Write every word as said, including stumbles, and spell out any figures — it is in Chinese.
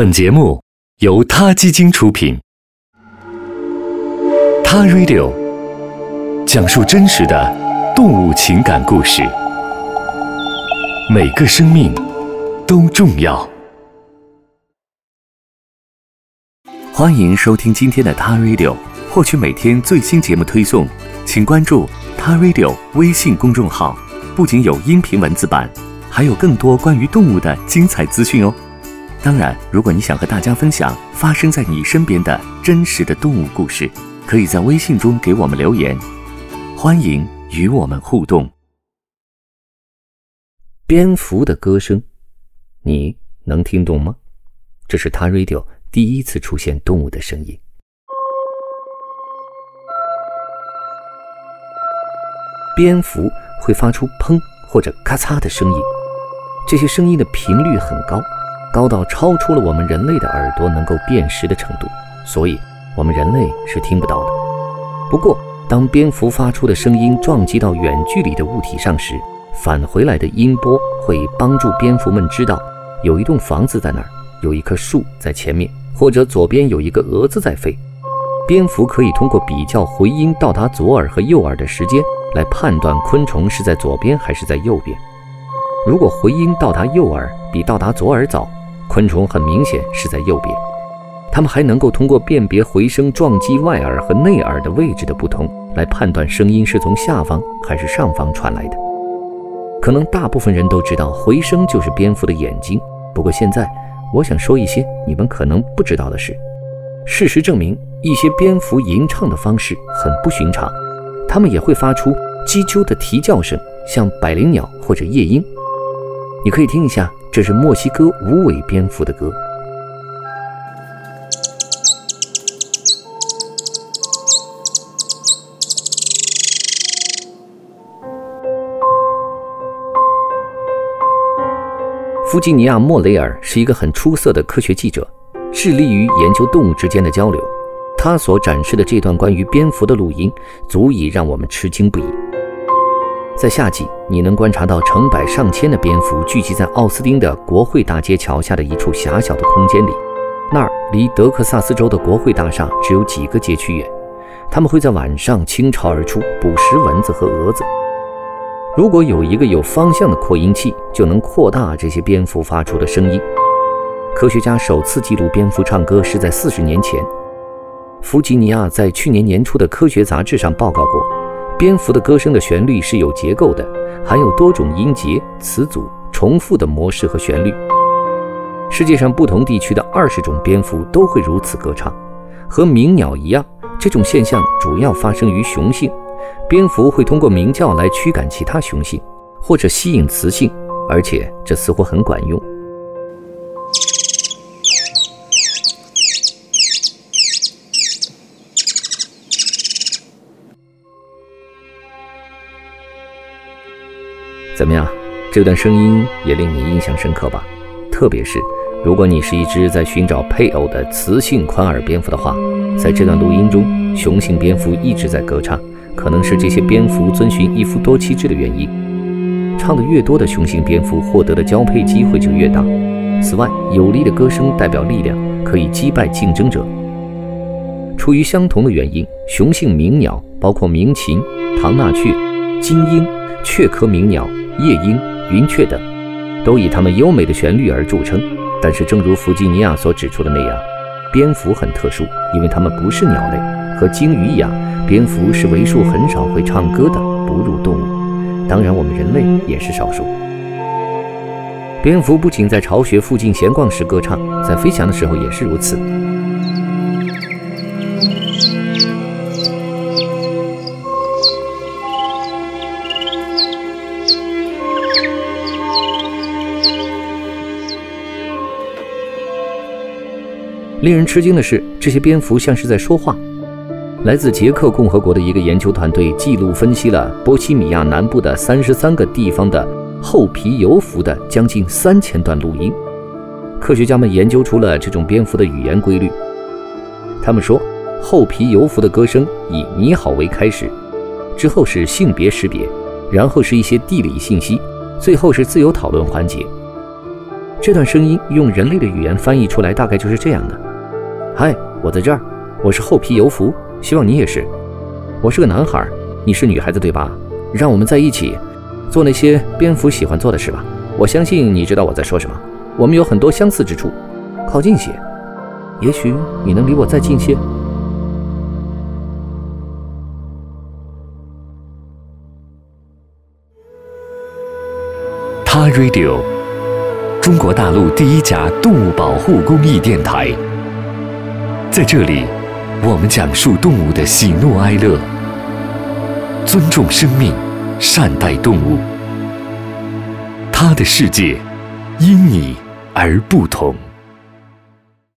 本节目由他基金出品，他 Radio 讲述真实的动物情感故事，每个生命都重要。欢迎收听今天的他 Radio， 获取每天最新节目推送，请关注他 Radio 微信公众号，不仅有音频文字版，还有更多关于动物的精彩资讯哦。当然，如果你想和大家分享发生在你身边的真实的动物故事，可以在微信中给我们留言，欢迎与我们互动。蝙蝠的歌声，你能听懂吗？这是他 Radio 第一次出现动物的声音。蝙蝠会发出砰或者咔嚓的声音，这些声音的频率很高，高到超出了我们人类的耳朵能够辨识的程度，所以我们人类是听不到的。不过当蝙蝠发出的声音撞击到远距离的物体上时，返回来的音波会帮助蝙蝠们知道有一栋房子在那儿，有一棵树在前面，或者左边有一个蛾子在飞。蝙蝠可以通过比较回音到达左耳和右耳的时间来判断昆虫是在左边还是在右边。如果回音到达右耳比到达左耳早，昆虫很明显是在右边。它们还能够通过辨别回声撞击外耳和内耳的位置的不同，来判断声音是从下方还是上方传来的。可能大部分人都知道回声就是蝙蝠的眼睛，不过现在我想说一些你们可能不知道的事。事实证明，一些蝙蝠吟唱的方式很不寻常，它们也会发出叽啾的啼叫声，像百灵鸟或者夜莺。你可以听一下，这是墨西哥无尾蝙蝠的歌。弗吉尼亚·莫雷尔是一个很出色的科学记者，致力于研究动物之间的交流。他所展示的这段关于蝙蝠的录音，足以让我们吃惊不已。在夏季，你能观察到成百上千的蝙蝠聚集在奥斯汀的国会大街桥下的一处狭小的空间里，那儿离德克萨斯州的国会大厦只有几个街区远。他们会在晚上倾巢而出，捕食蚊子和蛾子。如果有一个有方向的扩音器，就能扩大这些蝙蝠发出的声音。科学家首次记录蝙蝠唱歌是在四十年前。弗吉尼亚在去年年初的科学杂志上报告过，蝙蝠的歌声的旋律是有结构的，含有多种音节、词组、重复的模式和旋律。世界上不同地区的二十种蝙蝠都会如此歌唱。和鸣鸟一样，这种现象主要发生于雄性。蝙蝠会通过鸣叫来驱赶其他雄性，或者吸引雌性，而且这似乎很管用。怎么样，这段声音也令你印象深刻吧？特别是如果你是一只在寻找配偶的雌性宽耳蝙蝠的话，在这段录音中，雄性蝙蝠一直在歌唱，可能是这些蝙蝠遵循一夫多妻制的原因。唱得越多的雄性蝙蝠获得的交配机会就越大。此外，有力的歌声代表力量，可以击败竞争者。出于相同的原因，雄性鸣鸟包括鸣禽、唐纳雀、金鹰、雀科鸣鸟、夜莺、云雀等，都以它们优美的旋律而著称。但是正如弗吉尼亚所指出的那样，蝙蝠很特殊，因为它们不是鸟类，和鲸鱼一样，蝙蝠是为数很少会唱歌的哺乳动物，当然我们人类也是少数。蝙蝠不仅在巢穴附近闲逛时歌唱，在飞翔的时候也是如此。令人吃惊的是，这些蝙蝠像是在说话。来自捷克共和国的一个研究团队记录分析了波西米亚南部的三十三个地方的厚皮游蝠的将近三千段录音。科学家们研究出了这种蝙蝠的语言规律。他们说，厚皮游蝠的歌声以你好为开始，之后是性别识别，然后是一些地理信息，最后是自由讨论环节。 这段声音用人类的语言翻译出来，大概就是这样的：嗨，我在这儿，我是厚皮尤服，希望你也是。我是个男孩，你是女孩子对吧？让我们在一起做那些蝙蝠喜欢做的事吧。我相信你知道我在说什么，我们有很多相似之处。靠近些，也许你能离我再近些。 他 Radio， 中国大陆第一家动物保护公益电台。在这里，我们讲述动物的喜怒哀乐，尊重生命，善待动物。他的世界因你而不同。